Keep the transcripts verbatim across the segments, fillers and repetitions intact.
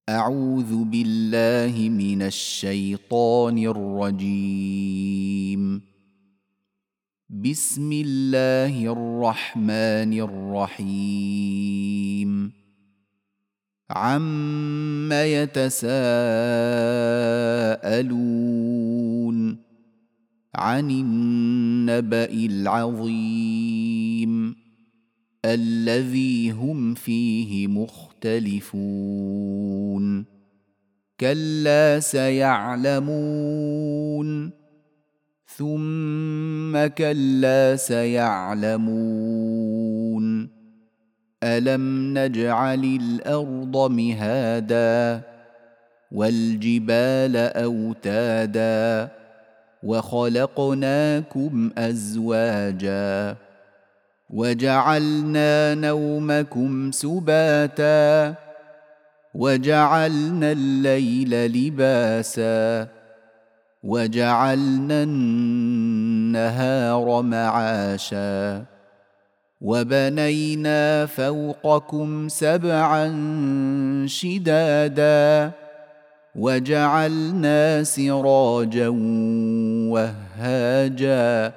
أعوذ بالله من الشيطان الرجيم. بسم الله الرحمن الرحيم. عم يتساءلون عن النبأ العظيم الذي هم فيه مختلفون. كلا سيعلمون ثم كلا سيعلمون. ألم نجعل الأرض مهادا والجبال أوتادا وخلقناكم أزواجا وجعلنا نومكم سباتا وجعلنا الليل لباسا وجعلنا النهار معاشا وبنينا فوقكم سبعا شدادا وجعلنا سراجا وهاجا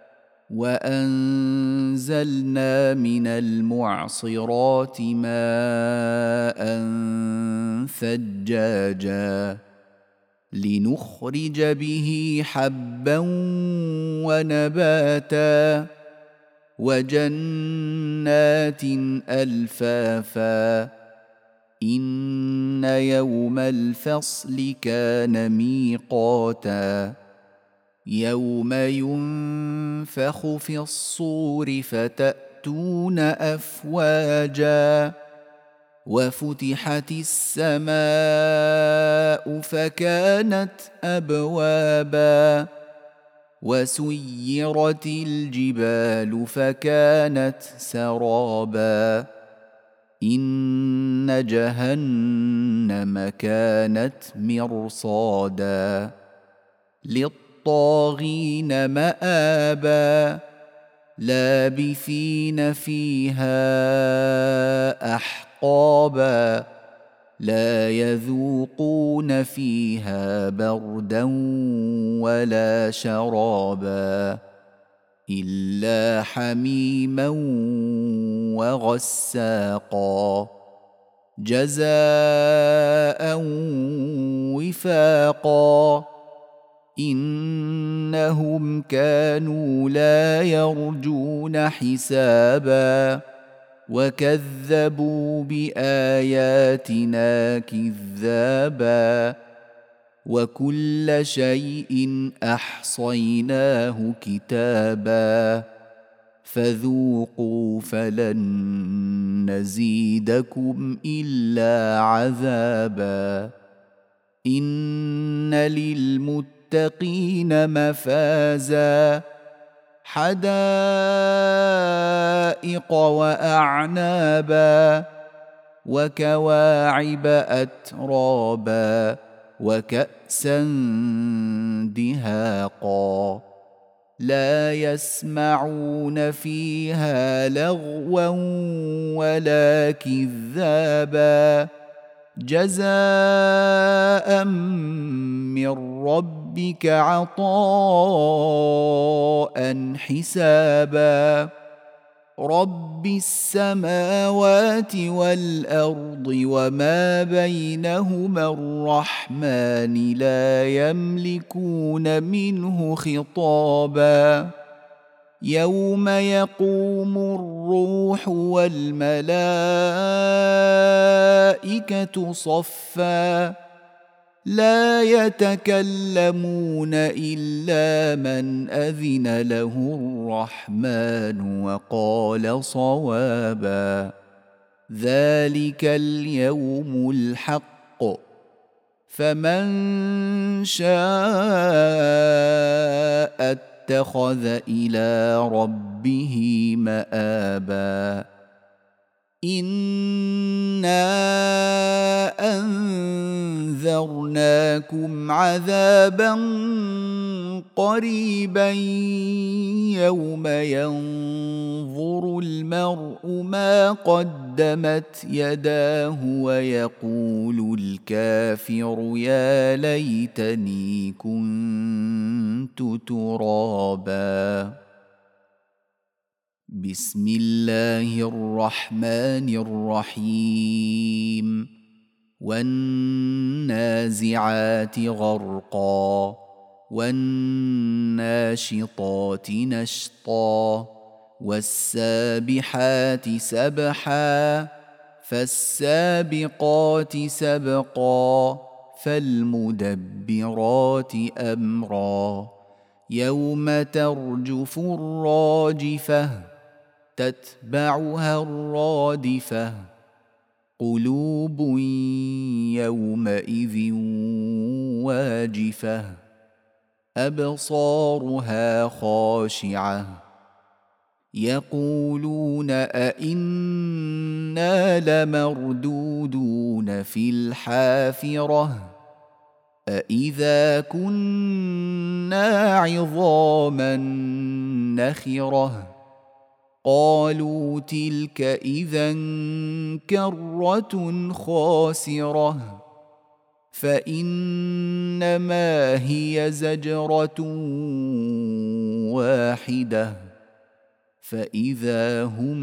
وأنزلنا من المعصرات ماء ثجاجا لنخرج به حبا ونباتا وجنات ألفافا. إن يوم الفصل كان ميقاتا يوم ينفخ في الصور فتأتون أفواجا وفتحت السماء فكانت أبوابا وسيرت الجبال فكانت سرابا. إن جهنم كانت مرصادا للطاغين مآبا لابثين فيها أحقابا لا يذوقون فيها بردا ولا شرابا إلا حميما وغساقا جزاء وفاقا. إنهم كانوا لا يرجون حسابا وكذبوا بآياتنا كذابا وكل شيء أحصيناه كتابا فذوقوا فلن نزيدكم إلا عذابا. إن للمتقين مفازا حدائق وأعنابا وكواعب أترابا وكأسا دهاقا لا يسمعون فيها لغوا ولا كذابا جزاء من ربك عطاء حسابا. رب السماوات والأرض وما بينهما الرحمن لا يملكون منه خطابا. يوم يقوم الروح والملائكة صفا لا يتكلمون إلا من أذن له الرحمن وقال صوابا. ذلك اليوم الحق فمن شاء اتخذ إلى ربه مآبا. إنا أنذرناكم عذابا قريبا يوم ينظر المرء ما قدمت يداه ويقول الكافر يا ليتني كنت ترابا. بسم الله الرحمن الرحيم. والنازعات غرقا والناشطات نشطا والسابحات سبحا فالسابقات سبقا فالمدبرات أمرا يوم ترجف الراجفة تتبعها الرادفة قلوب يومئذ واجفة أبصارها خاشعة يقولون أئنا لمردودون في الحافرة أئذا كنا عظاما نخرة قالوا تلك إذا كرة خاسرة فإنما هي زجرة واحدة فإذا هم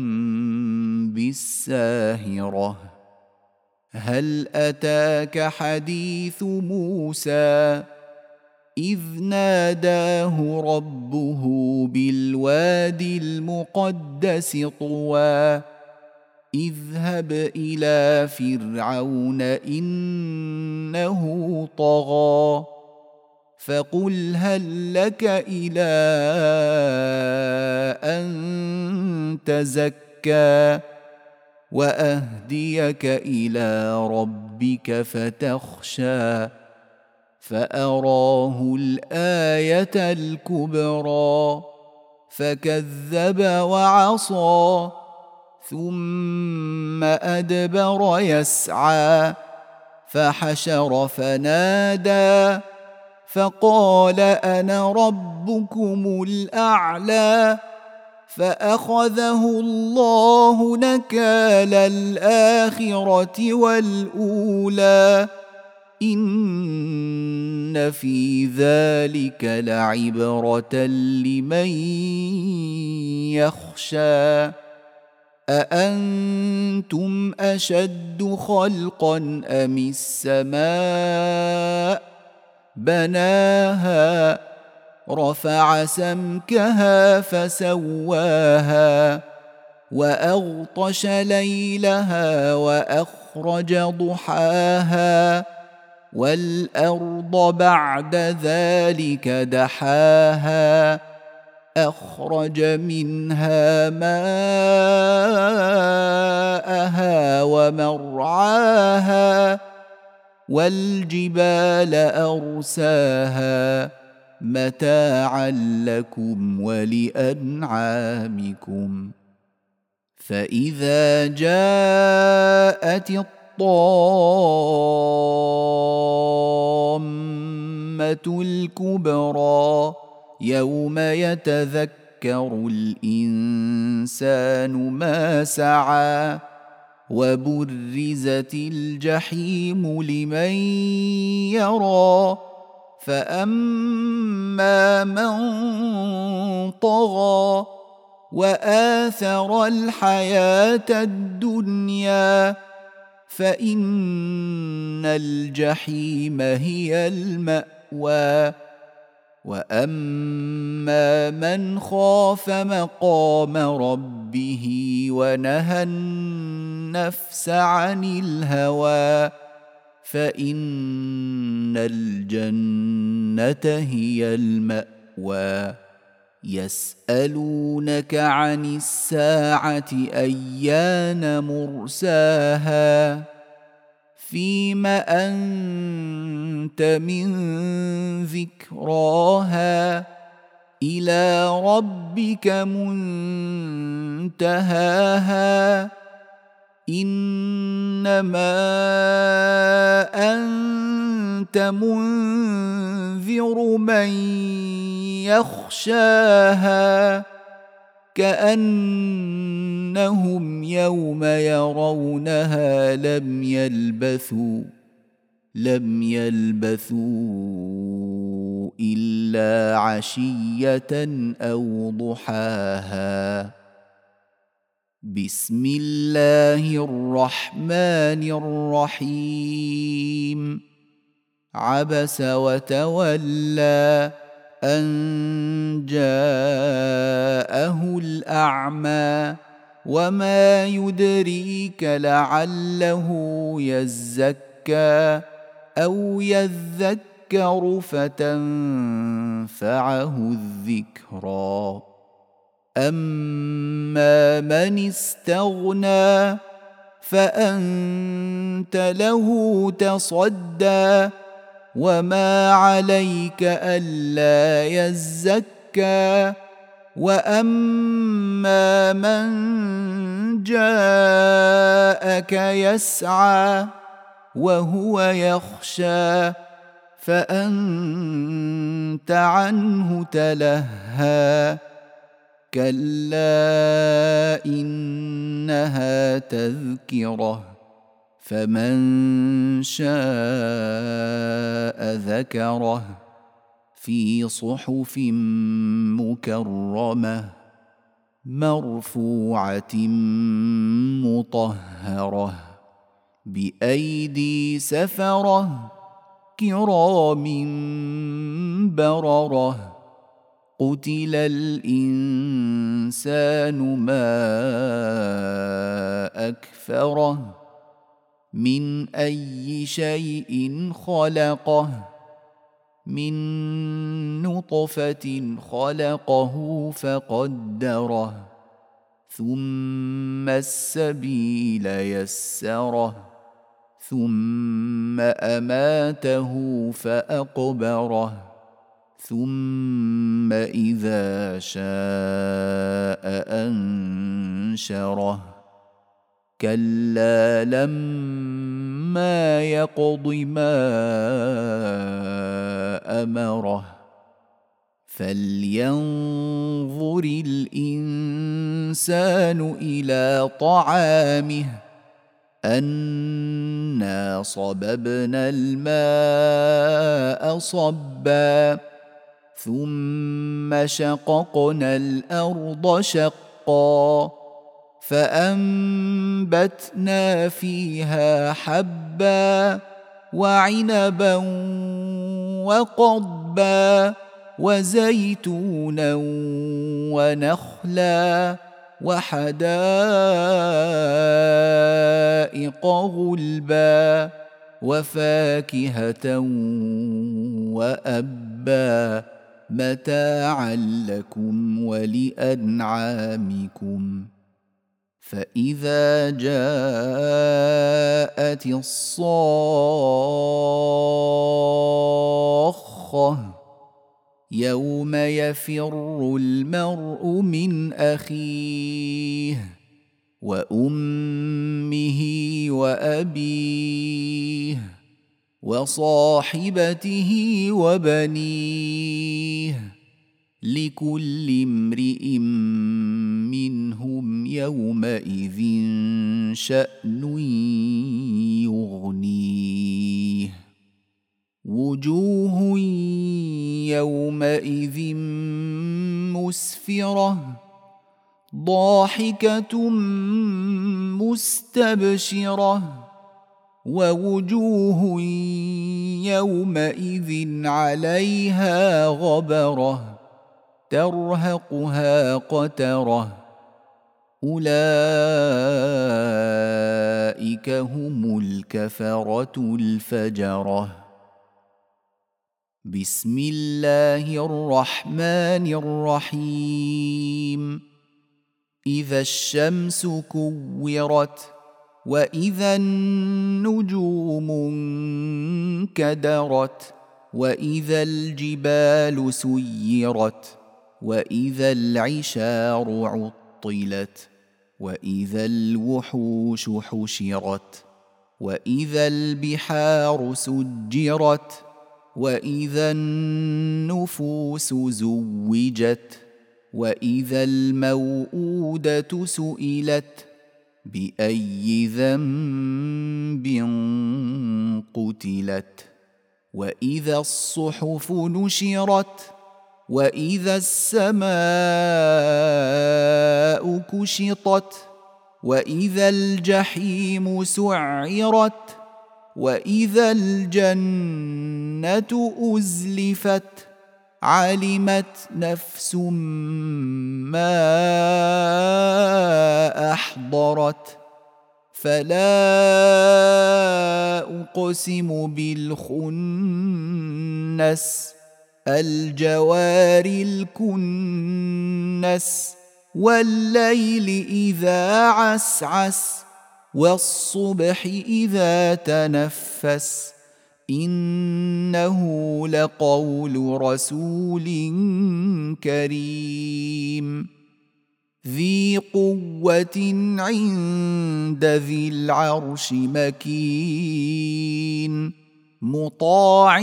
بالساهرة. هل أتاك حديث موسى إذ ناداه ربه بالوادي المقدس طوى اذهب إلى فرعون إنه طغى فقل هل لك إلى أن تزكى وأهديك إلى ربك فتخشى فأراه الآية الكبرى فكذب وعصى ثم أدبر يسعى فحشر فنادى فقال أنا ربكم الأعلى فأخذه الله نكال الآخرة والأولى إن في ذلك لعبرة لمن يخشى أأنتم أشد خلقا أم السماء بناها رفع سمكها فسواها وأغطش ليلها وأخرج ضحاها والأرض بعد ذلك دحاها أخرج منها ماءها ومرعاها والجبال أرساها متاعا لكم ولأنعامكم فإذا جاءت الطامة الكبرى يوم يتذكر الإنسان ما سعى وبرزت الجحيم لمن يرى فأما من طغى وآثر الحياة الدنيا فإن الجحيم هي المأوى وأما من خاف مقام ربه ونهى النفس عن الهوى فإن الجنة هي المأوى يسألونك عن الساعة أيان مرساها فيم أنت من ذكراها إلى ربك منتهاها إنما أنت منذر تنذر من يخشاها كأنهم يوم يرونها لم يلبثوا لم يلبثوا إلا عشية أو ضحاها. بسم الله الرحمن الرحيم. عبس وتولى أن جاءه الأعمى وما يدريك لعله يزكى أو يذكر فتنفعه الذكرى. أما من استغنى فأنت له تصدى وما عليك ألا يزكى. وأما من جاءك يسعى وهو يخشى فأنت عنه تلهى. كلا إنها تذكرة فمن شاء ذكره في صحف مكرمة مرفوعة مطهرة بأيدي سفرة كرام بررة. قتل الإنسان ما أكفره من أي شيء خلقه من نطفة خلقه فقدره ثم السبيل يسره ثم أماته فأقبره ثم إذا شاء أنشره. كلا لما يقض ما أمره. فلينظر الإنسان إلى طعامه أنا صببنا الماء صبا ثم شققنا الأرض شقا فأنبتنا فيها حبا وعنبا وقضبا وزيتونا ونخلا وحدائق غلبا وفاكهة وأبا متاعا لكم ولأنعامكم. فإذا جاءت الصاخة يوم يفر المرء من أخيه وأمه وأبيه وصاحبته وبنيه لكل امرئ منهم يومئذ شأن يغنيه. وجوه يومئذ مسفرة ضاحكة مستبشرة ووجوه يومئذ عليها غبرة ترهقها قترة أولئك هم الكفرة الفجرة. بسم الله الرحمن الرحيم. إذا الشمس كورت وإذا النجوم انكدرت وإذا الجبال سيرت وإذا العشار عطلت وإذا الوحوش حشرت وإذا البحار سجرت وإذا النفوس زوجت وإذا الموءودة سئلت بأي ذنب قتلت وإذا الصحف نشرت وإذا السماء كشطت وإذا الجحيم سعرت وإذا الجنة أزلفت علمت نفس ما أحضرت فلا أقسم بالخنس الجوار الكنس والليل إذا عسعس والصبح إذا تنفس إنه لقول رسول كريم ذي قوة عند ذي العرش مكين مطاع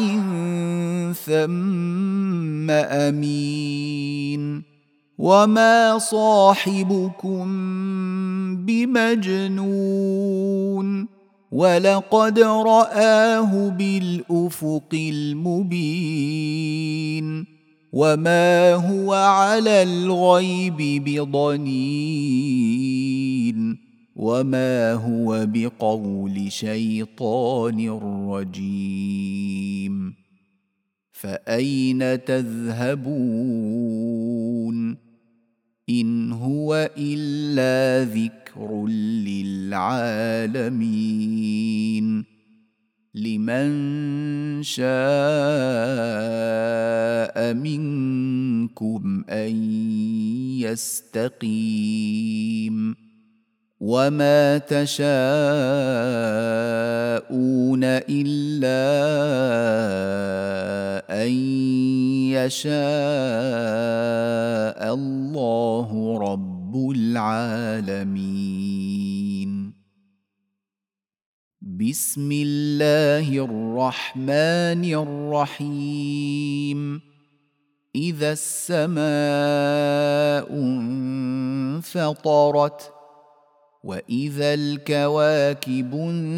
ثم أمين وما صاحبكم بمجنون ولقد رآه بالأفق المبين وما هو على الغيب بضنين وما هو بقول شيطان رجيم فأين تذهبون إن هو إلا ذكر للعالمين لمن شاء منكم أن يستقيم وما تشاءون إلا أن يشاء الله رب العالمين بسم الله الرحمن الرحيم إذا السماء انفطرت وإذا الكواكب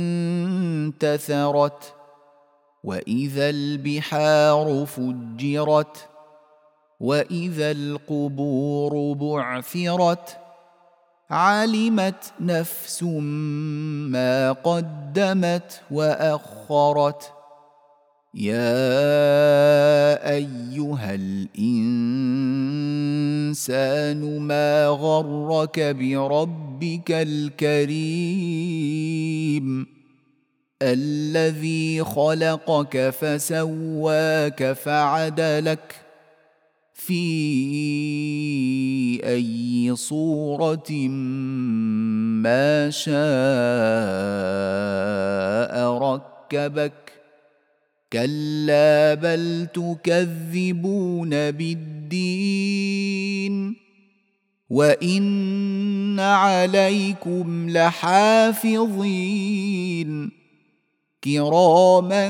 انتثرت وإذا البحار فجرت وإذا القبور بعثرت علمت نفس ما قدمت وأخرت يا أيها الإنسان ما غرك بربك الكريم الذي خلقك فسواك فعدلك في أي صورة ما شاء ركبك كلا بل تكذبون بالدين وإن عليكم لحافظين كراما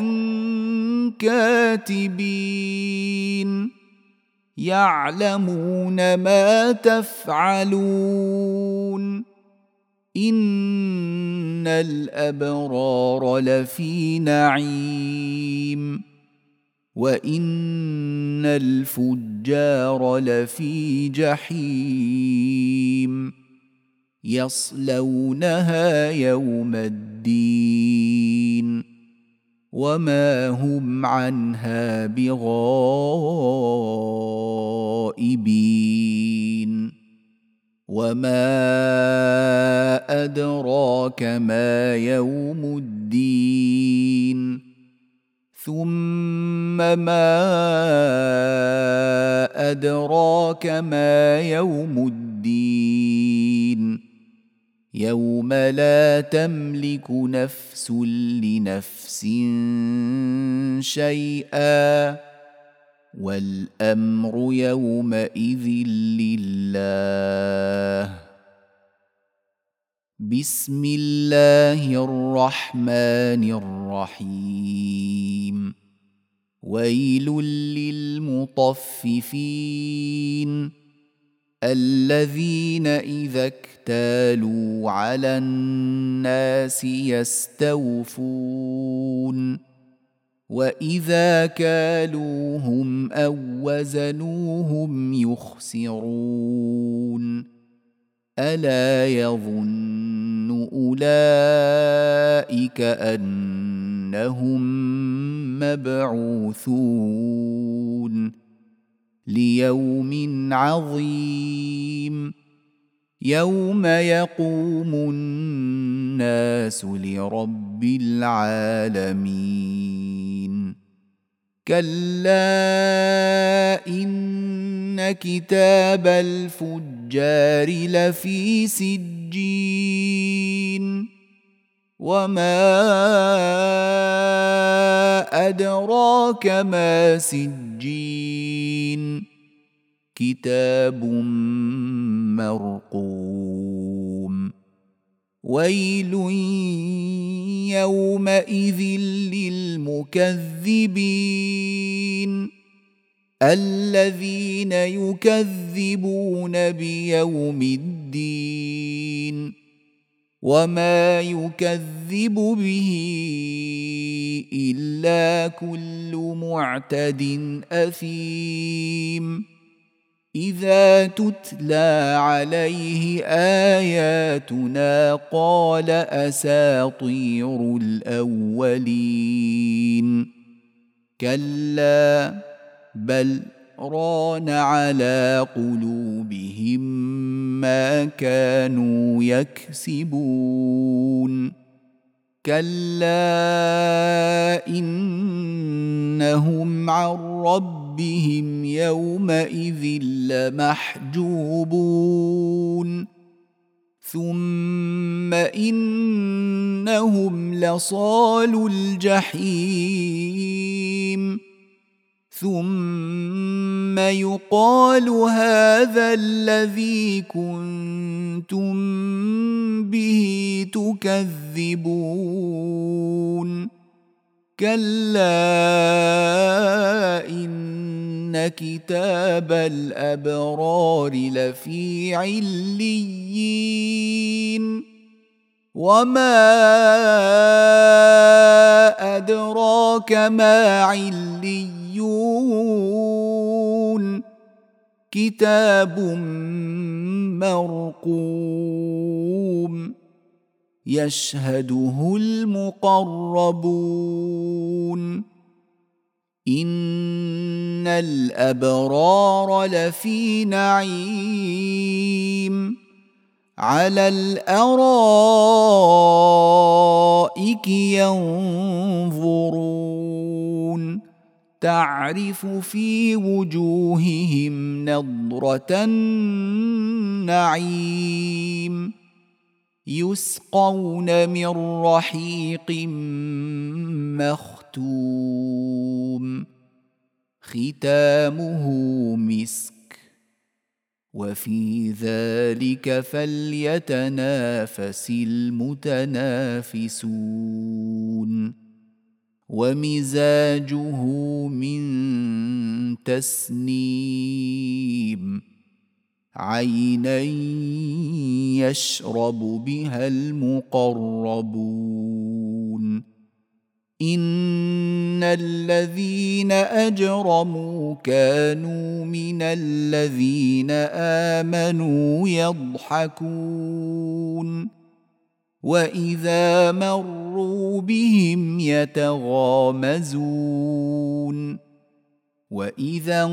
كاتبين يعلمون ما تفعلون إن الأبرار لفي نعيم وإن الفجار لفي جحيم يصلونها يوم الدين وما هم عنها بغائبين وما أدراك ما يوم الدين ثم ما أدراك ما يوم الدين يوم لا تملك نفس لنفس شيئا والأمر يومئذ لله بسم الله الرحمن الرحيم ويل للمطففين الذين إذا اكتالوا على الناس يستوفون وإذا كالوهم أو وزنوهم يخسرون ألا يظن أولئك أنهم مبعوثون ليوم عظيم يوم يقوم الناس لرب العالمين كلا إن كتاب الفجار لفي سجين وما أدراك ما سجين كتاب مرقوم ويل يومئذ للمكذبين الذين يكذبون بيوم الدين وما يكذب به إلا كل معتد أثيم إذا تتلى عليه آياتنا قال أساطير الأولين كلا بل ران على قلوبهم ما كانوا يكسبون كلا إنهم عن ربهم يومئذ لمحجوبون ثم إنهم لصالو الجحيم ثم يقال هذا الذي كنتم به تكذبون كلا إن كتاب الأبرار لفي عليين وما أدراك ما عليون كتاب مرقوم يشهده المقربون إن الأبرار لفي نعيم على الأرائك ينظرون تعرف في وجوههم نضرة النعيم يسقون من رحيق مختوم ختامه مسك وفي ذلك فليتنافس المتنافسون ومزاجه من تسنيم عينا يشرب بها المقربون إن الذين أجرموا كانوا من الذين آمنوا يضحكون وإذا مروا بهم يتغامزون وإذا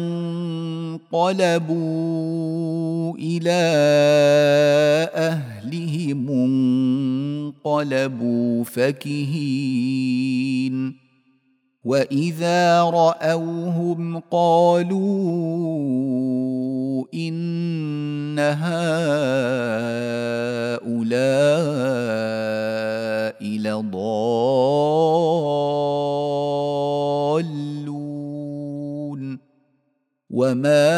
انقلبوا إلى أهلهم انقلبوا فكهين وإذا رأوهم قالوا إن هؤلاء لضالون وما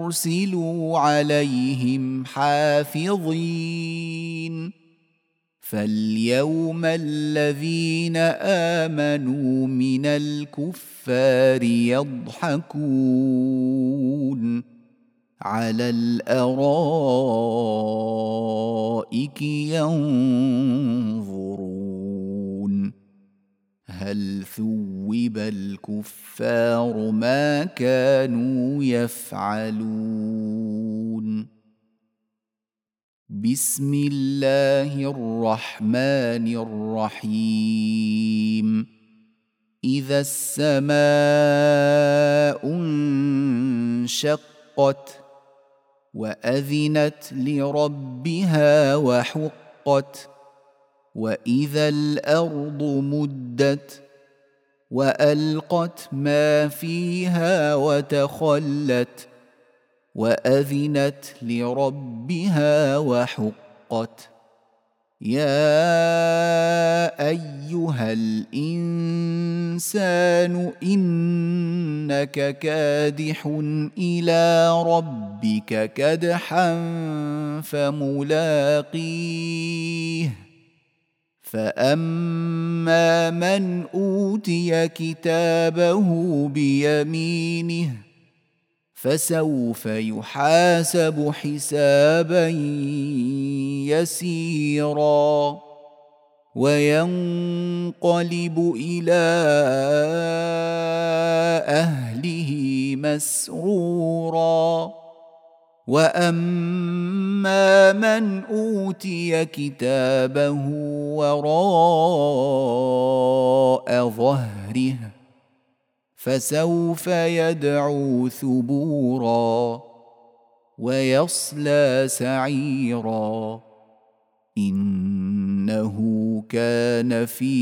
أرسلوا عليهم حافظين فاليوم الذين آمنوا من الكفار يضحكون على الأرائك ينظرون هل ثوب الكفار ما كانوا يفعلون بسم الله الرحمن الرحيم إذا السماء انشقت وأذنت لربها وحقت وإذا الأرض مدت وألقت ما فيها وتخلت وأذنت لربها وحقت يا أيها الإنسان إنك كادح إلى ربك كدحا فملاقيه فأما من أوتي كتابه بيمينه فسوف يحاسب حسابا يسيرا وينقلب إلى أهله مسرورا وأما من أوتي كتابه وراء ظهره فسوف يدعو ثبورا ويصلى سعيرا إنه كان في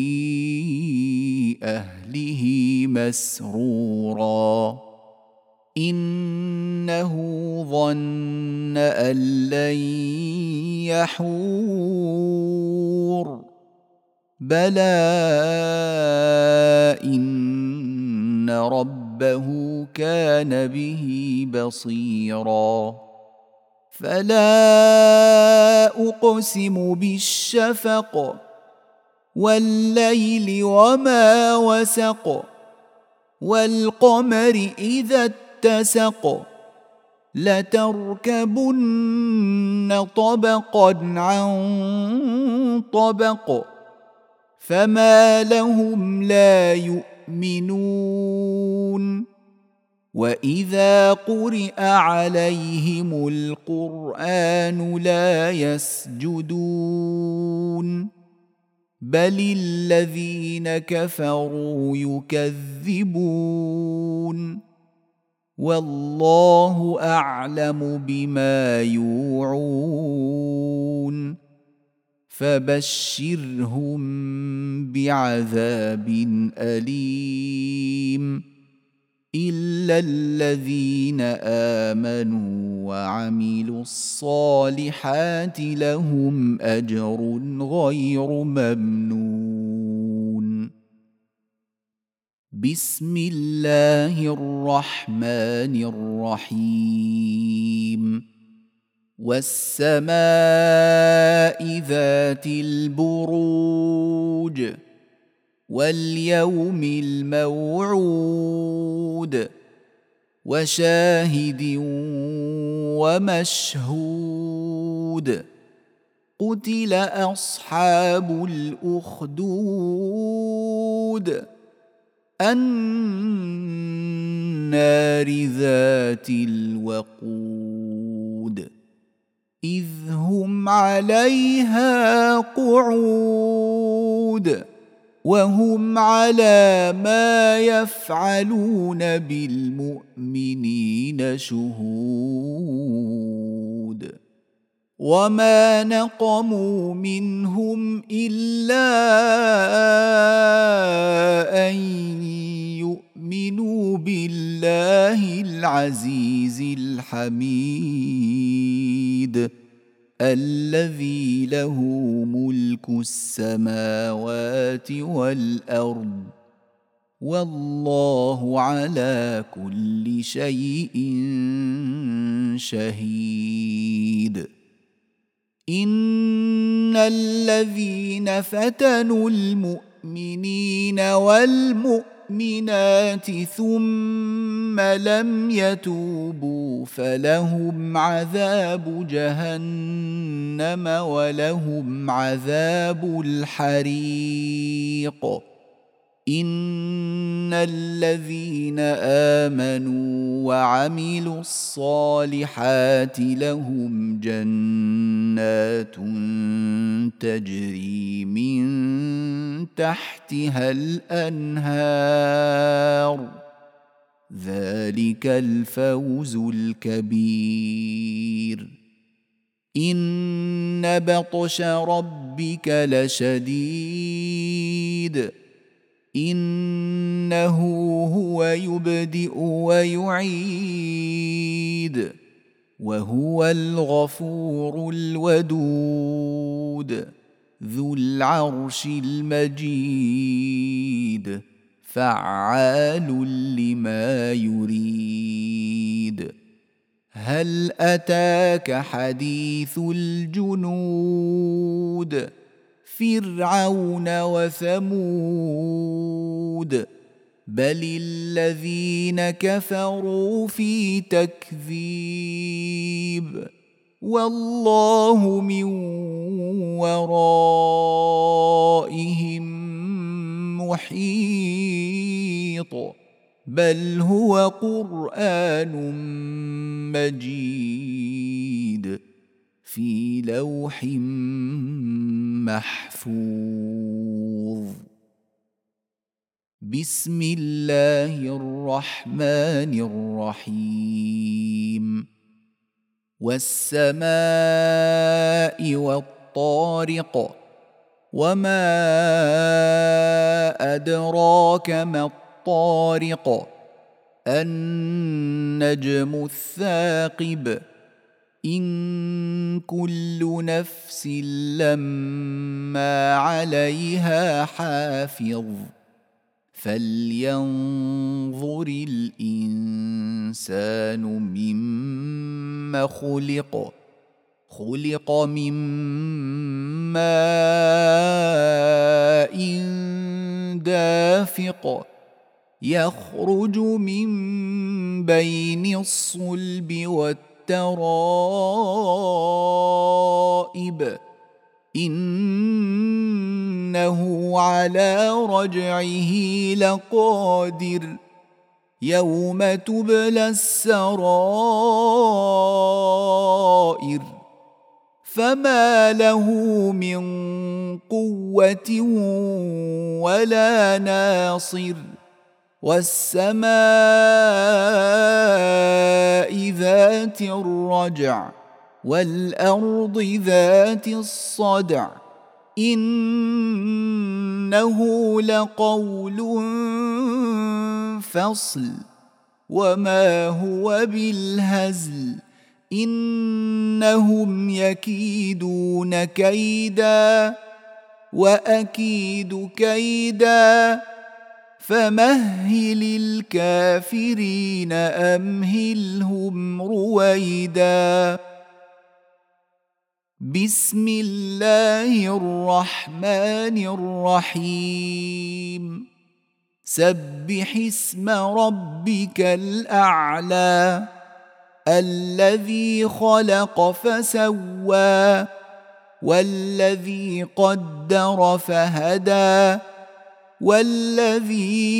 أهله مسرورا إنه ظن أن لن يحور بلى إن ربه كان به بصيرا فلا أقسم بالشفق والليل وما وسق والقمر إذا اتسق لتركبن طبقا عن طبق فما لهم لا يؤمنون وإذا قرئ عليهم القرآن لا يسجدون بل الذين كفروا يكذبون والله أعلم بما يوعون فبشرهم بعذاب أليم إلا الذين آمنوا وعملوا الصالحات لهم أجر غير ممنون بسم الله الرحمن الرحيم والسماء ذات البروج واليوم الموعود وشاهد ومشهود قتل أصحاب الأخدود النار ذات الوقود إذ هم عليها قعود وهم على ما يفعلون بالمؤمنين شهود وما نقموا منهم إلا أن يؤمنوا بالله العزيز الحميد الذي له ملك السماوات والأرض والله على كل شيء شهيد إن الذين فتنوا المؤمنين والمؤمنات ثم لم يتوبوا فلهم عذاب جهنم ولهم عذاب الحريق. إن الذين آمنوا وعملوا الصالحات لهم جنات تجري من تحتها الأنهار ذلك الفوز الكبير. إن بطش ربك لشديد إنه هو يبدئ ويعيد وهو الغفور الودود ذو العرش المجيد فعال لما يريد. هل أتاك حديث الجنود فرعون وثمود بل الذين كفروا في تكذيب والله من ورائهم محيط بل هو قرآن مجيد في لوح محفوظ. بسم الله الرحمن الرحيم. والسماء والطارق وما أدراك ما الطارق النجم الثاقب إن كل نفس لما عليها حافظ فلينظر الإنسان مما خلق خلق من ماء دافق يخرج من بين الصلب والترائب إنه على رجعه لقادر يوم تبلى السرائر فما له من قوة ولا ناصر والسماء ذات الرجع والأرض ذات الصدع إنه لقول فصل وما هو بالهزل إنهم يكيدون كيدا وأكيد كيدا فمهل الكافرين أمهلهم رويدا. بسم الله الرحمن الرحيم. سبح اسم ربك الأعلى الذي خلق فسوى والذي قدر فهدى والذي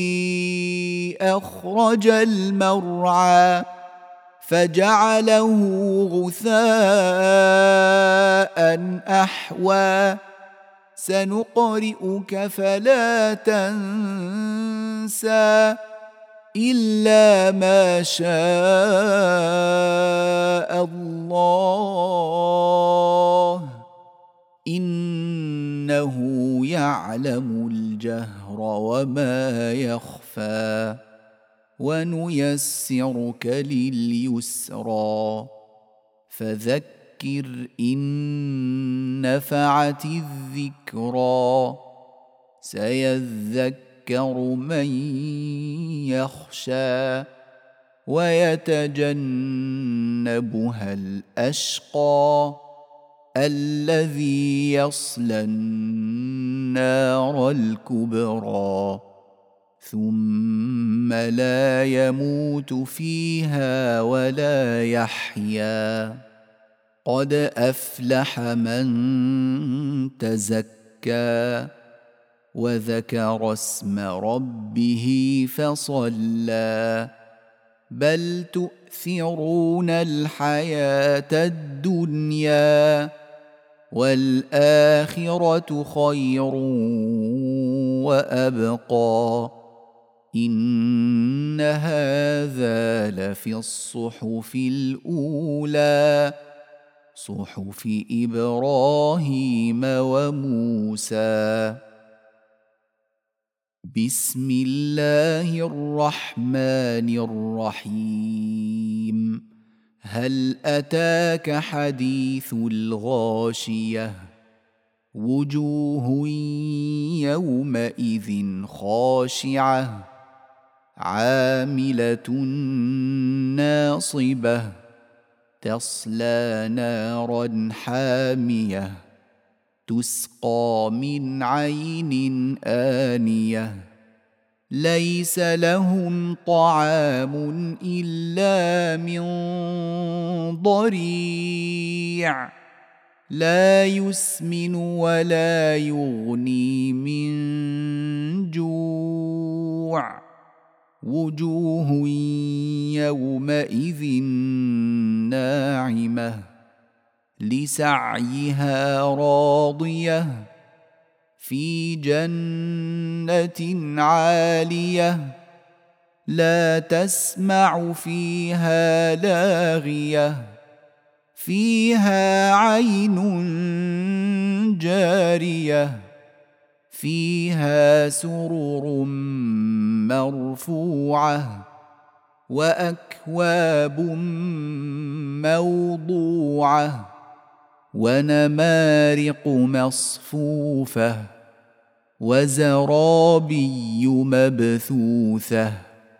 أخرج المرعى فجعله غثاء أحوى سنقرئك فلا تنسى إلا ما شاء الله إنه يعلم الجهر وما يخفى ونيسرك لليسرى فذكر إن نفعت الذكرى سيذكر من يخشى ويتجنبها الأشقى الذي يصلى النار الكبرى ثم لا يموت فيها ولا يحيا. قد أفلح من تزكى وذكر اسم ربه فصلى. بل تؤثرون الحياة الدنيا والآخرة خير وأبقى. إن هذا لفي الصحف الأولى صحف إبراهيم وموسى. بسم الله الرحمن الرحيم. هل أتاك حديث الغاشية وجوه يومئذ خاشعة عاملة ناصبة تصلى نارا حامية تسقى من عين آنية ليس لهم طعام إلا من ضريع لا يسمن ولا يغني من جوع. وجوه يومئذ ناعمة لسعيها راضية في جنة عالية لا تسمع فيها لاغية فيها عين جارية فيها سرر مرفوعة وأكواب موضوعة ونمارق مصفوفة وزرابي مبثوثة.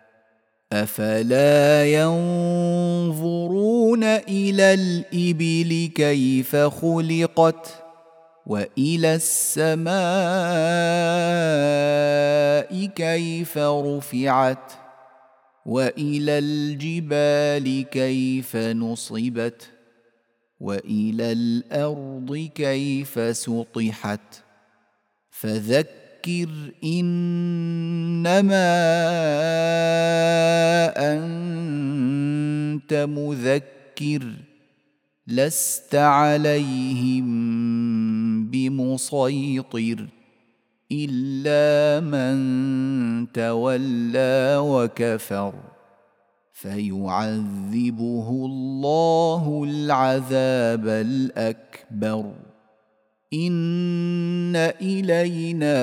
أفلا ينظرون إلى الإبل كيف خلقت وإلى السماء كيف رفعت وإلى الجبال كيف نصبت وإلى الأرض كيف سطحت. فذكر إنما أنت مذكر لست عليهم بمسيطر إلا من تولى وكفر فيعذبه الله العذاب الأكبر. إن إلينا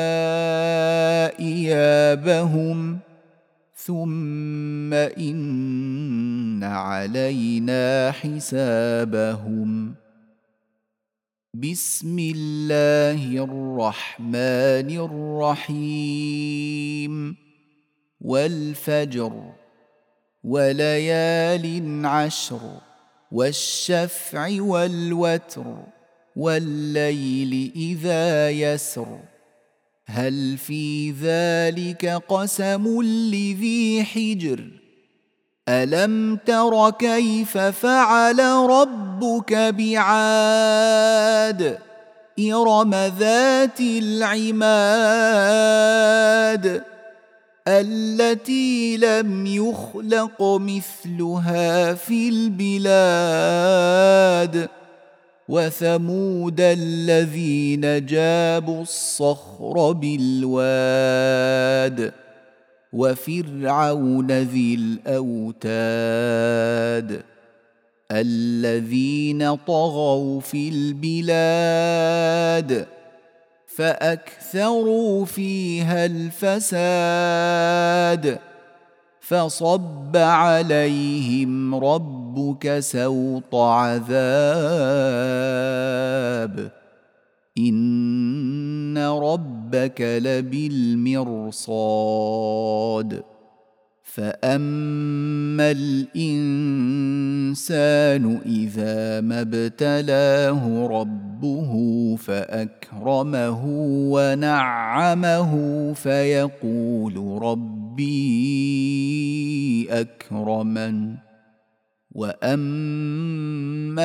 إيابهم ثم إن علينا حسابهم. بسم الله الرحمن الرحيم. والفجر وليال عشر والشفع والوتر والليل إذا يسر هل في ذلك قسم لذي حجر ألم تر كيف فعل ربك بعاد إرم ذات العماد التي لم يخلق مثلها في البلاد وثمود الذين جابوا الصخر بالواد وفرعون ذي الأوتاد الذين طغوا في البلاد فأكثروا فيها الفساد فصب عليهم ربك سوط عذاب إن ربك لبالمرصاد فأما الإنسان إذا ما ابتلاه ربه فأكرمه ونعمه فيقول ربي أكرمن وأما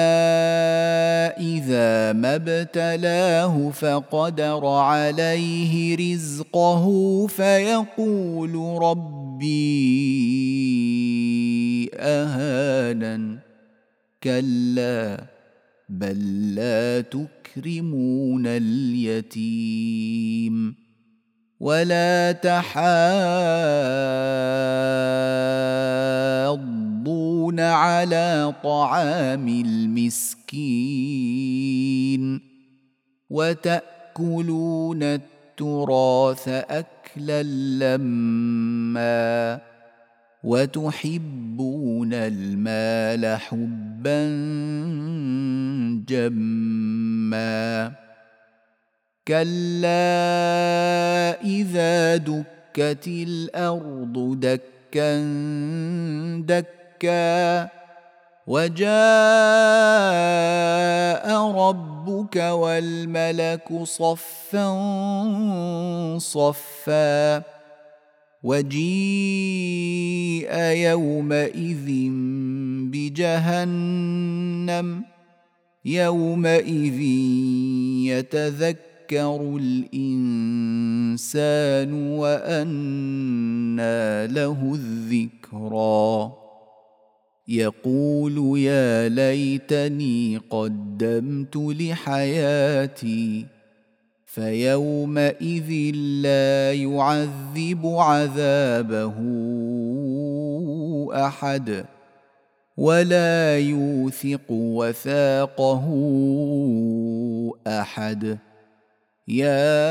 إذا ما ابتلاه فقدر عليه رزقه فيقول ربي أهانن كلا بل لا تكرمون اليتيم ولا تحاضون على طعام المسكين وتأكلون التراث أكلا لما وتحبون المال حبا جما كلا إذا دكت الأرض دكا دكا وجاء ربك والملك صفا صفا وجيء يومئذ بجهنم يومئذ يتذكر الإنسان وأنى له الذكرى يقول يا ليتني قدمت لحياتي فيومئذ لا يعذب عذابه أحد ولا يوثق وثاقه أحد يا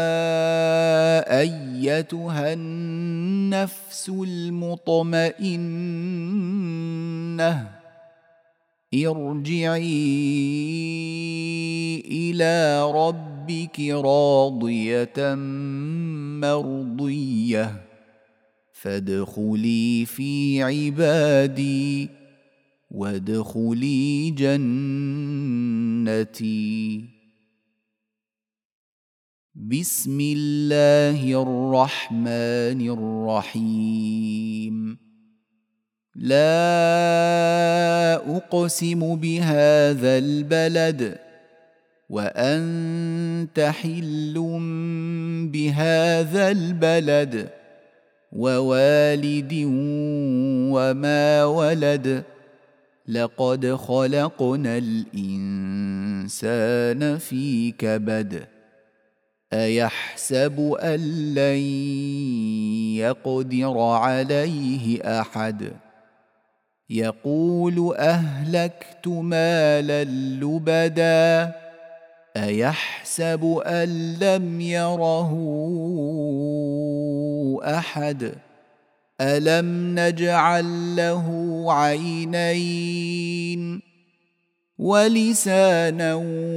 أيتها النفس المطمئنة ارجعي إلى ربك راضية مرضية فادخلي في عبادي وادخلي جنتي. بسم الله الرحمن الرحيم. لا أقسم بهذا البلد وأنت حل بهذا البلد ووالد وما ولد لقد خلقنا الإنسان في كبد أيحسب أن لن يقدر عليه أحد يقول أهلكت مالا لبدا أيحسب أن لم يره أحد ألم نجعل له عينين ولسانا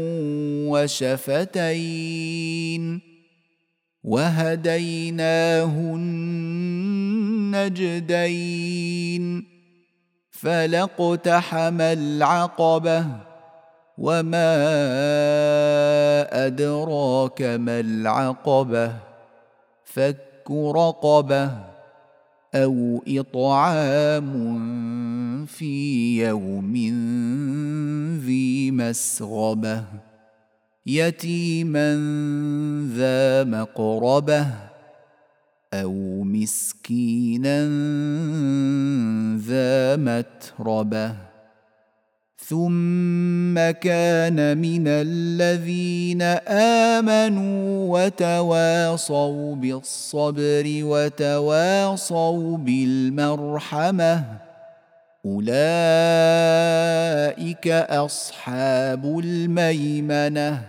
وشفتين وهديناه النجدين فلاقتحم العقبة وما أدراك ما العقبة فك رقبة أو إطعام في يوم ذي مسغبة يتيما ذا مقربة أو مسكينا ذا متربة ثم كان من الذين آمنوا وتواصوا بالصبر وتواصوا بالمرحمة أولئك أصحاب الميمنة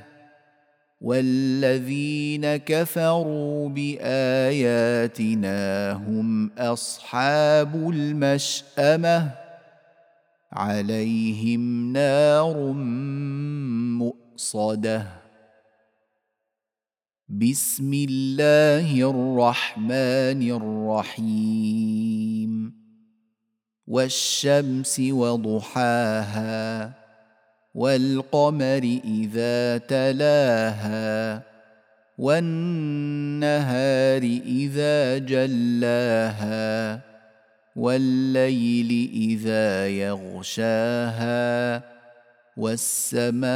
والذين كفروا بآياتنا هم أصحاب المشأمة عليهم نار مؤصدة. بسم الله الرحمن الرحيم. والشمس وضحاها والقمر إذا تلاها والنهار إذا جلاها والليل إذا يغشاها والسماء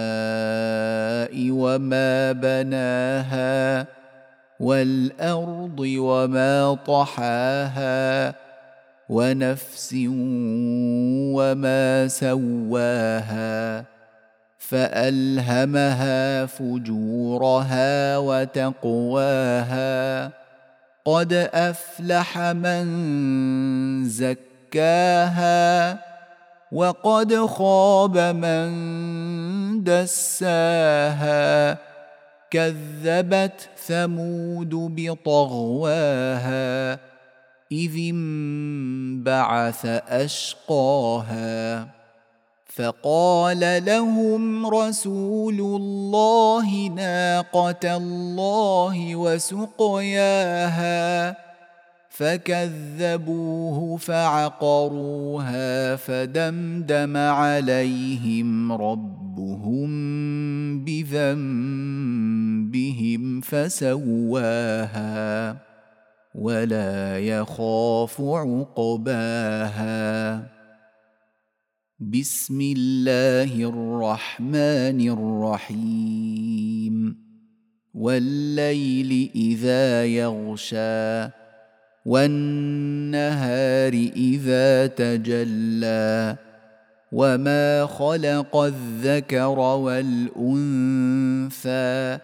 وما بناها والأرض وما طحاها ونفس وما سواها فألهمها فجورها وتقواها قد أفلح من زكاها وقد خاب من دساها كذبت ثمود بطغواها إذ انبعث أشقاها فقال لهم رسول الله ناقة الله وسقياها فكذبوه فعقروها فدمدم عليهم ربهم بذنبهم فسواها ولا يخاف عقباها. بسم الله الرحمن الرحيم. والليل إذا يغشى والنهار إذا تجلى وما خلق الذكر والأنثى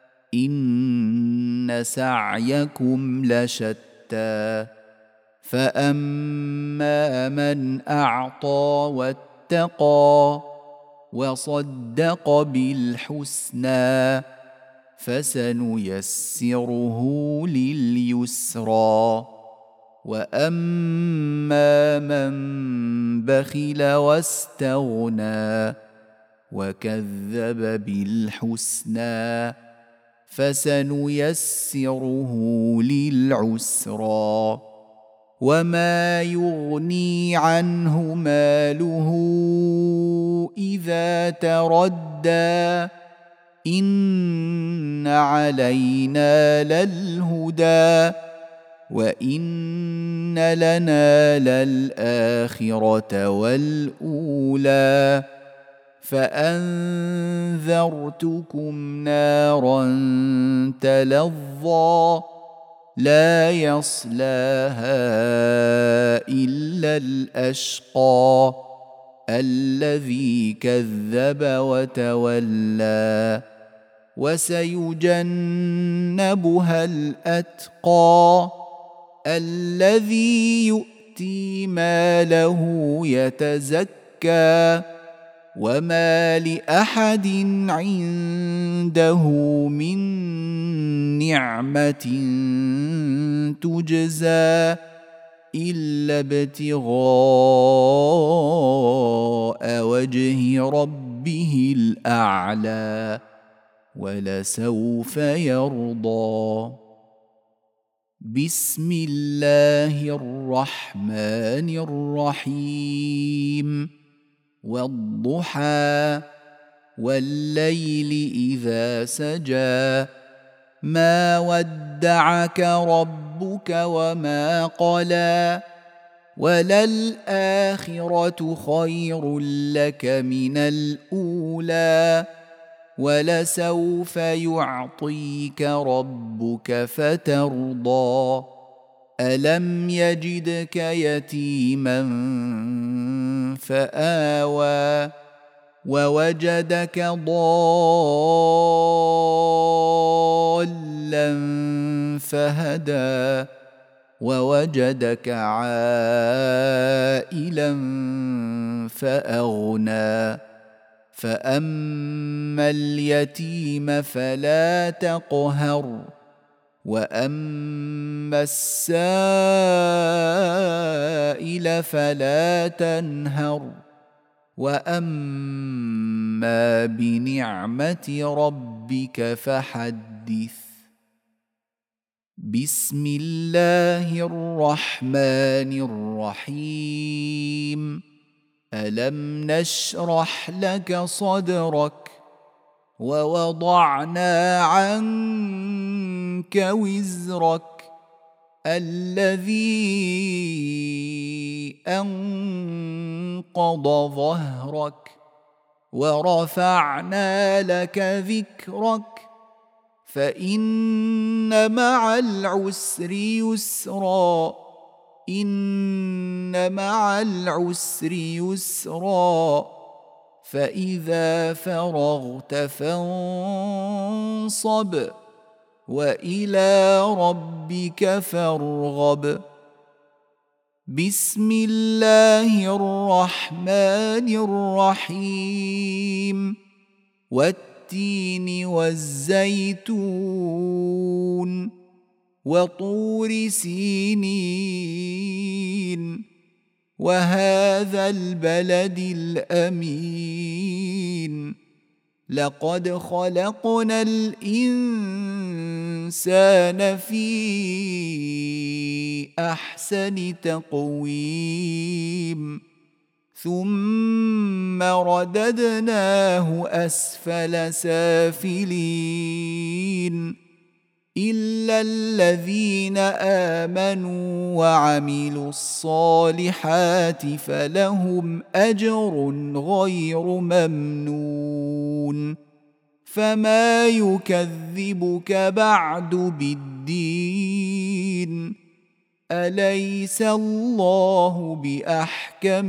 إن سعيكم لشتى فأما من أعطى واتقى وصدق بالحسنى فسنيسره لليسرى وأما من بخل واستغنى وكذب بالحسنى فسنيسره للعسرى وما يغني عنه ماله إذا تردى إن علينا للهدى وإن لنا للآخرة والأولى فأنذرتكم نارا تلظى لا يصلاها إلا الأشقى الذي كذب وتولى وسيجنبها الأتقى الذي يؤتي ماله يتزكى وما لأحد عنده من نعمة تجزى إلا ابتغاء وجه ربه الأعلى ولسوف يرضى. بسم الله الرحمن الرحيم. والضحى والليل إذا سجى ما ودعك ربك وما قلى وللآخرة خير لك من الأولى ولسوف يعطيك ربك فترضى ألم يجدك يتيما فآوى ووجدك ضالا فهدى ووجدك عائلا فأغنى فأما اليتيم فلا تقهر وأما السائل فلا تنهر وأما بنعمة ربك فحدث. بسم الله الرحمن الرحيم ألم نشرح لك صدرك ووضعنا عنك وزرك الذي أنقض ظهرك ورفعنا لك ذكرك فإن مع العسر يسرا إن مع العسر يسرا فإذا فرغت فانصب وإلى ربك فارغب بسم الله الرحمن الرحيم والتين والزيتون وطور سينين وهذا البلد الأمين لقد خلقنا الإنسان في أحسن تقويم ثم رددناه أسفل سافلين إلا الذين آمنوا وعملوا الصالحات فلهم أجر غير ممنون فما يكذبك بعد بالدين أليس الله بأحكم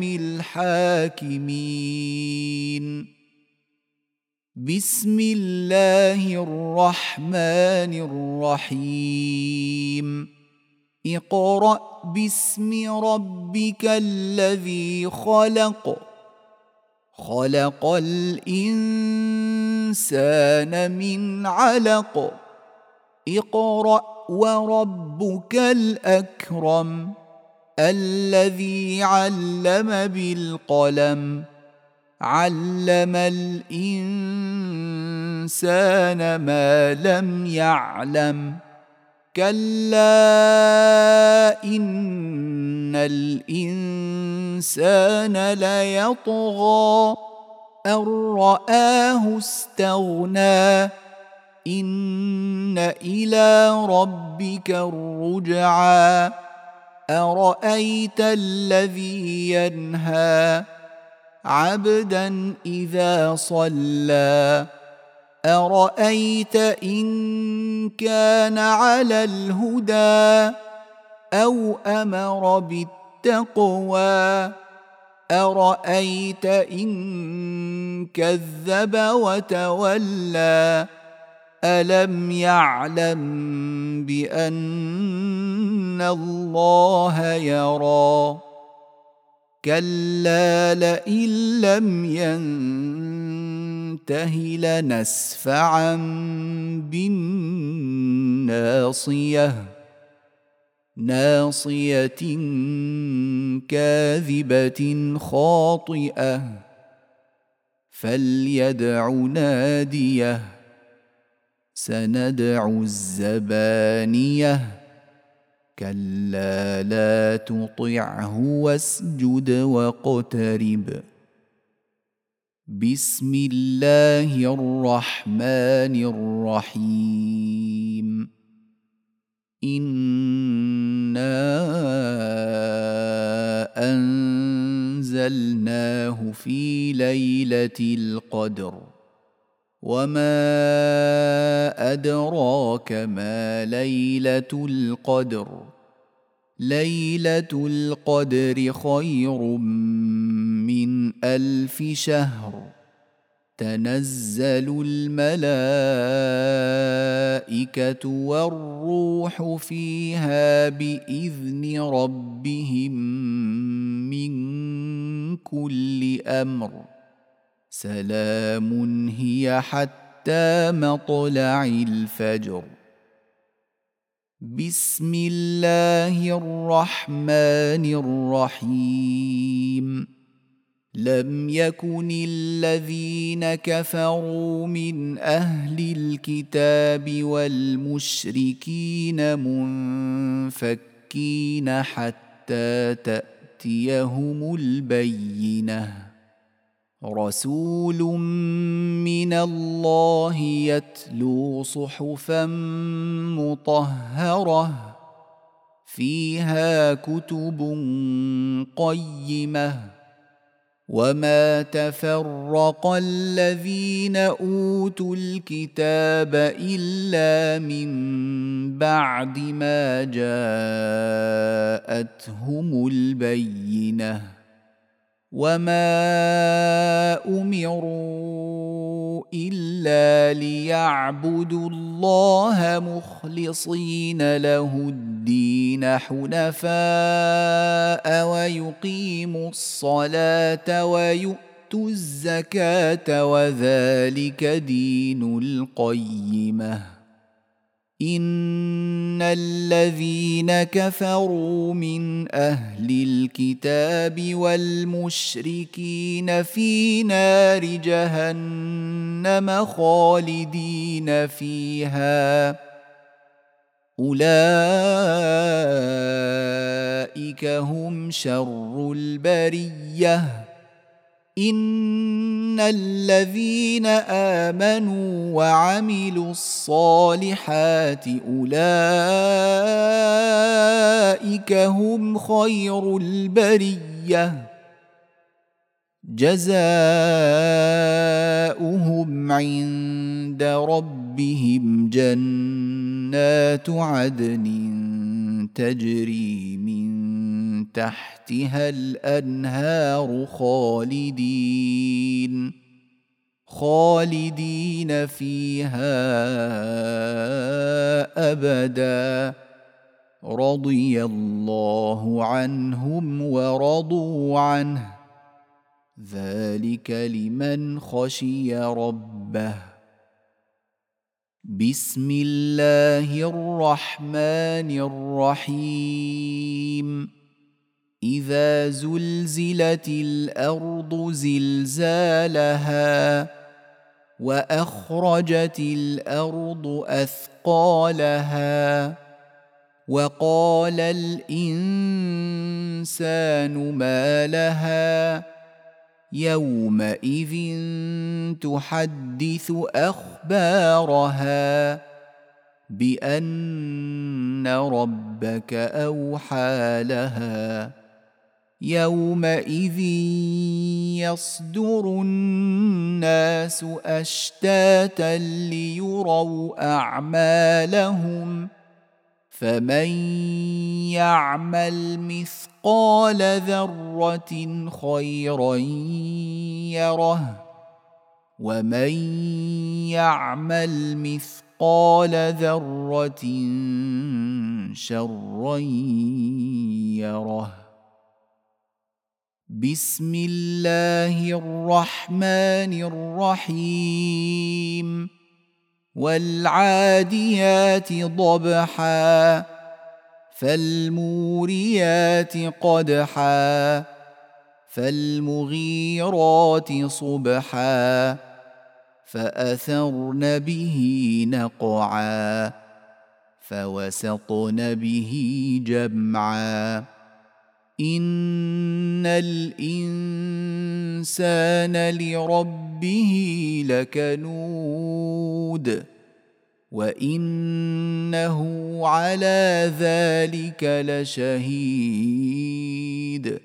الحاكمين بسم الله الرحمن الرحيم اقرأ باسم ربك الذي خلق خلق الإنسان من علق اقرأ وربك الأكرم الذي علم بالقلم علم الإنسان ما لم يعلم كلا إن الإنسان ليطغى أن رآه استغنى إن إلى ربك الرجعى أرأيت الذي ينهى عبدا إذا صلى أرأيت إن كان على الهدى أو أمر بالتقوى أرأيت إن كذب وتولى ألم يعلم بأن الله يرى كلا لئن لم ينته لنسفعا بالناصية ناصية كاذبة خاطئة فليدع ناديه سندع الزبانية كلا لا تطعه واسجد واقترب بسم الله الرحمن الرحيم إنا أنزلناه في ليلة القدر وما أدراك ما ليلة القدر ليلة القدر خير من ألف شهر تنزل الملائكة والروح فيها بإذن ربهم من كل أمر سلام هي حتى مطلع الفجر بسم الله الرحمن الرحيم لم يكن الذين كفروا من أهل الكتاب والمشركين منفكين حتى تأتيهم البينة رسول من الله يتلو صحفا مطهرة فيها كتب قيمة وما تفرق الذين أوتوا الكتاب إلا من بعد ما جاءتهم البينة وما أمروا إلا ليعبدوا الله مخلصين له الدين حنفاء ويقيموا الصلاة ويؤتوا الزكاة وذلك دين القيمة إن الذين كفروا من أهل الكتاب والمشركين في نار جهنم خالدين فيها أولئك هم شر البرية إن الذين آمنوا وعملوا الصالحات أولئك هم خير البرية جزاؤهم عند ربهم جنات عدن تجري من تحتها الأنهار خالدين خالدين فيها أبدا رضي الله عنهم ورضوا عنه ذلك لمن خشي ربه بسم الله الرحمن الرحيم إذا زلزلت الأرض زلزالها وأخرجت الأرض أثقالها وقال الإنسان ما لها يومئذ تحدث أخبارها بأن ربك أوحى لها يومئذ يصدر الناس أشتاتا ليروا أعمالهم فمن يعمل مثقال ذرة خيرا يره ومن يعمل مثقال ذرة شرا يره بسم الله الرحمن الرحيم والعاديات ضبحا فالموريات قدحا فالمغيرات صبحا فأثرن به نقعا فوسطن به جمعا إن الإنسان لربه لكنود وإنه على ذلك لشهيد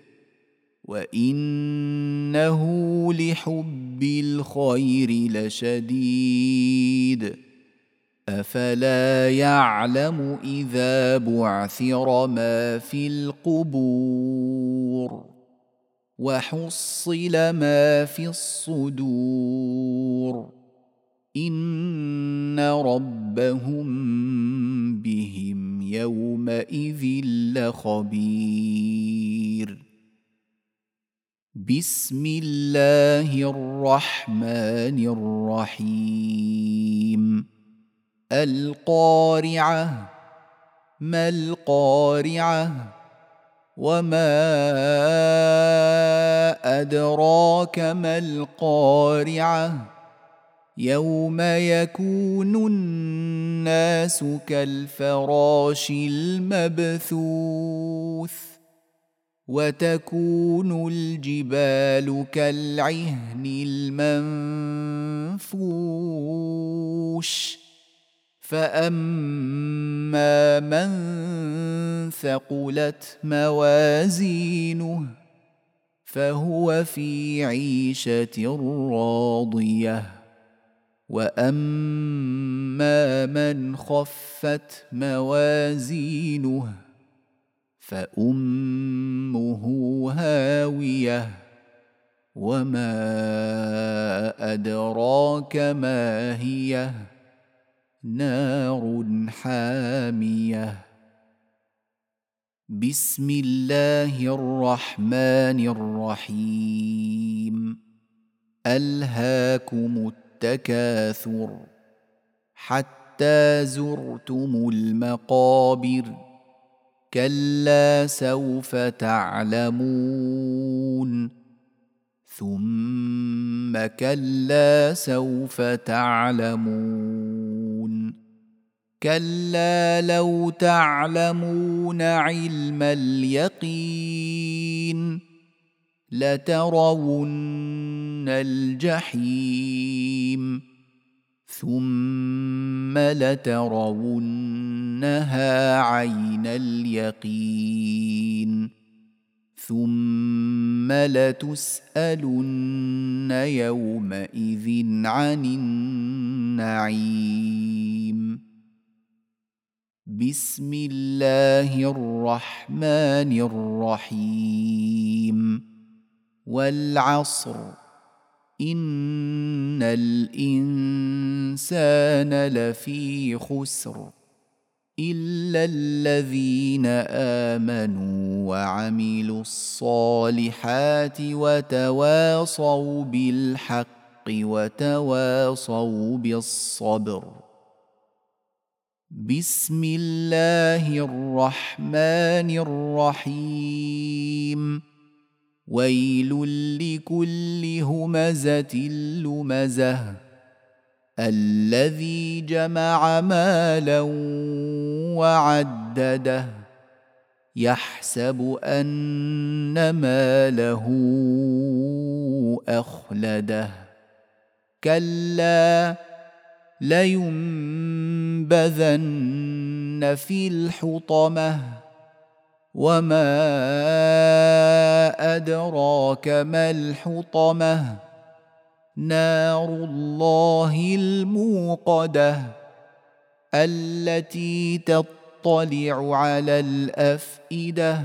وإنه لحب الخير لشديد أفلا يعلم إذا بعثر ما في القبور وحصل ما في الصدور إن ربهم بهم يومئذ لخبير بسم الله الرحمن الرحيم القارعة ما القارعة وما أدراك ما القارعة يوم يكون الناس كالفراش المبثوث وتكون الجبال كالعهن المنفوش فأما من ثقلت موازينه فهو في عيشة راضية وأما من خفت موازينه فأمه هاوية وما أدراك ما هي نار حامية بسم الله الرحمن الرحيم ألهاكم التكاثر حتى زرتم المقابر كلا سوف تعلمون ثم كلا سوف تعلمون كلا لو تعلمون علم اليقين لترون الجحيم ثم لترونها عين اليقين ثم لتسألن يومئذ عن النعيم بسم الله الرحمن الرحيم والعصر إن الإنسان لفي خسر إلا الذين آمنوا وعملوا الصالحات وتواصوا بالحق وتواصوا بالصبر بسم الله الرحمن الرحيم ويل لكل همزة لمزة الذي جمع مالا وعدده يحسب أن ماله أخلده كلا لينبذن في الحطمة وما أدراك ما الحطمة نار الله الموقدة التي تطلع على الأفئدة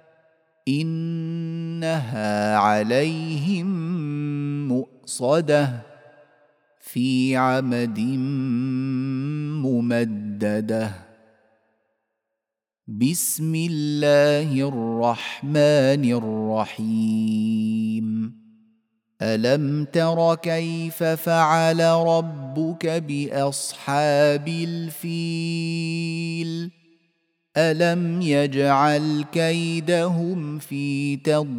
إنها عليهم مؤصدة في عمد ممددة بسم الله الرحمن الرحيم ألم تر كيف فعل ربك بأصحاب الفيل ألم يجعل كيدهم في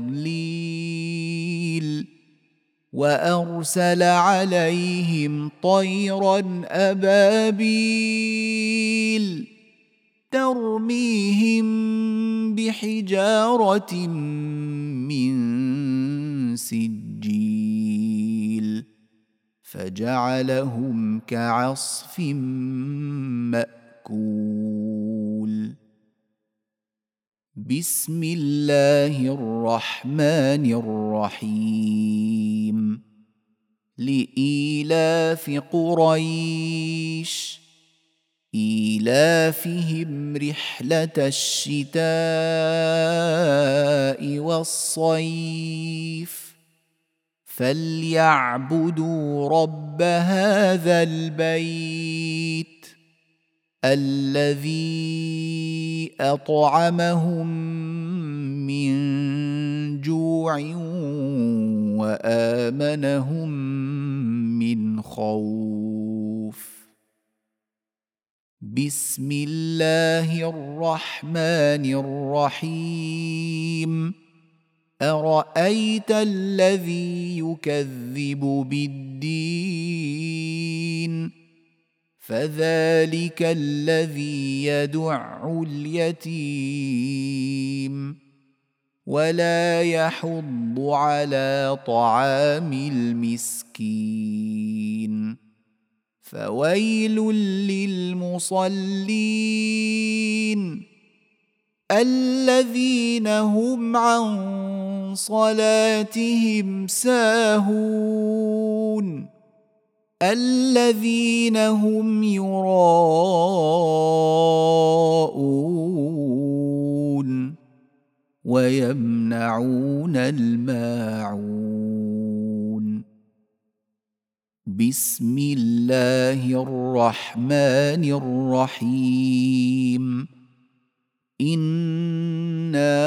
تضليل وأرسل عليهم طيرا أبابيل ترميهم بحجارة من سجيل فجعلهم كعصف مأكول بسم الله الرحمن الرحيم لإيلاف قريش إيلافهم رحلة الشتاء والصيف فليعبدوا رب هذا البيت الذي أطعمهم من جوع وآمنهم من خوف بسم الله الرحمن الرحيم أرأيت الذي يكذب بالدين فذلك الذي يدع اليتيم ولا يحض على طعام المسكين فويل للمصلين الذين هم عن صلاتهم ساهون الذين هم يراءون ويمنعون الماعون بسم الله الرحمن الرحيم إنا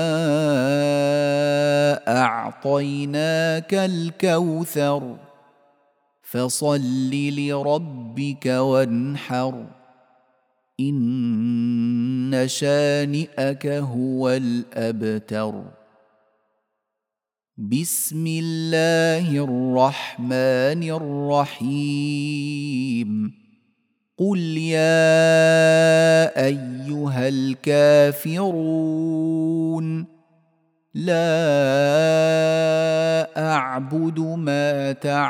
أعطيناك الكوثر فصل لربك وانحر إن شانئك هو الأبتر بسم الله الرحمن الرحيم قل يا أيها الكافرون لا أعبد ما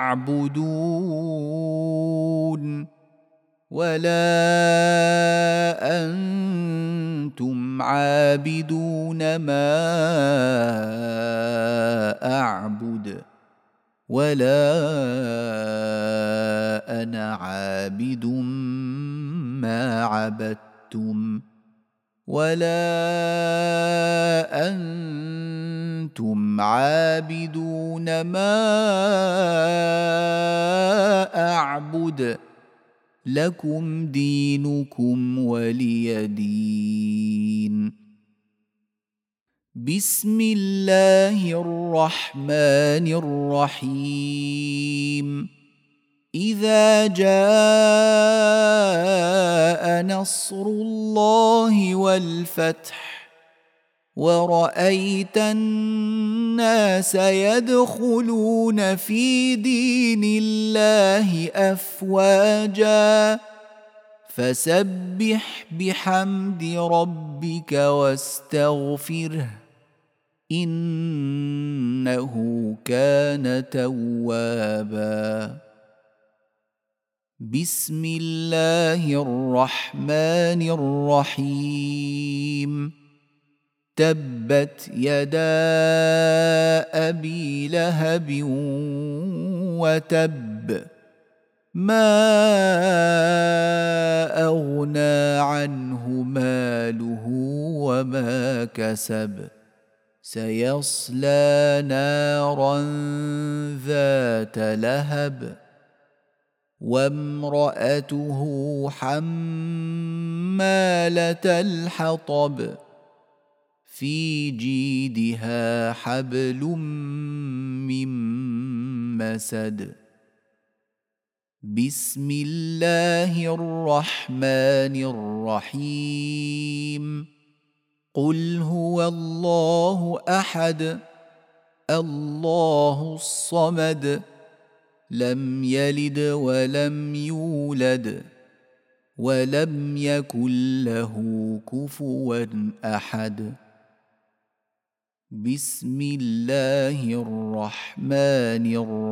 تعبدون ولا أنتم عابدون ما أعبد ولا أنا عابد ما عبدتم ولا أنتم عابدون ما أعبد لكم دينكم ولي دين بسم الله الرحمن الرحيم إذا جاء نصر الله والفتح ورأيت الناس يدخلون في دين الله أفواجا فسبح بحمد ربك واستغفره إنه كان توابا بسم الله الرحمن الرحيم تبت يدا أبي لهب وتب ما أغنى عنه ماله وما كسب سيصلى نارا ذات لهب وامرأته حمالة الحطب في جيدها حبل من مسد بسم الله الرحمن الرحيم قل هو الله أحد الله الصمد لم يلد ولم يولد ولم يكن له كفوا أحد بسم الله الرحمن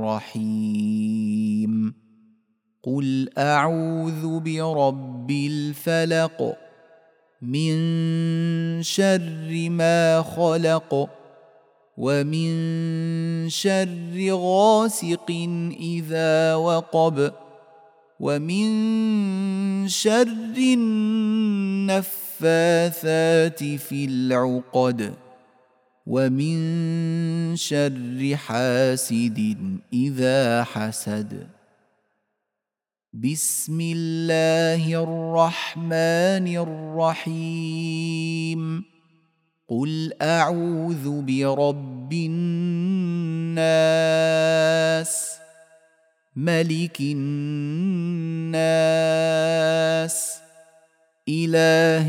الرحيم قل أعوذ برب الفلق من شر ما خلق ومن شر غاسق إذا وقب ومن شر النفاثات في العقد ومن شر حاسد إذا حسد بسم الله الرحمن الرحيم قل أعوذ برب الناس ملك الناس إله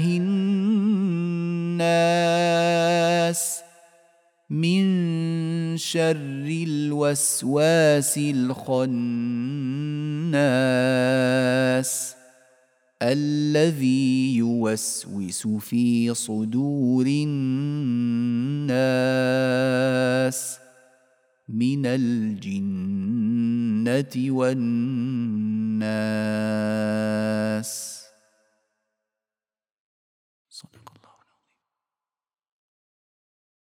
الناس من شر الوسواس الخناس الذي يوسوس في صدور الناس من الجنة والناس.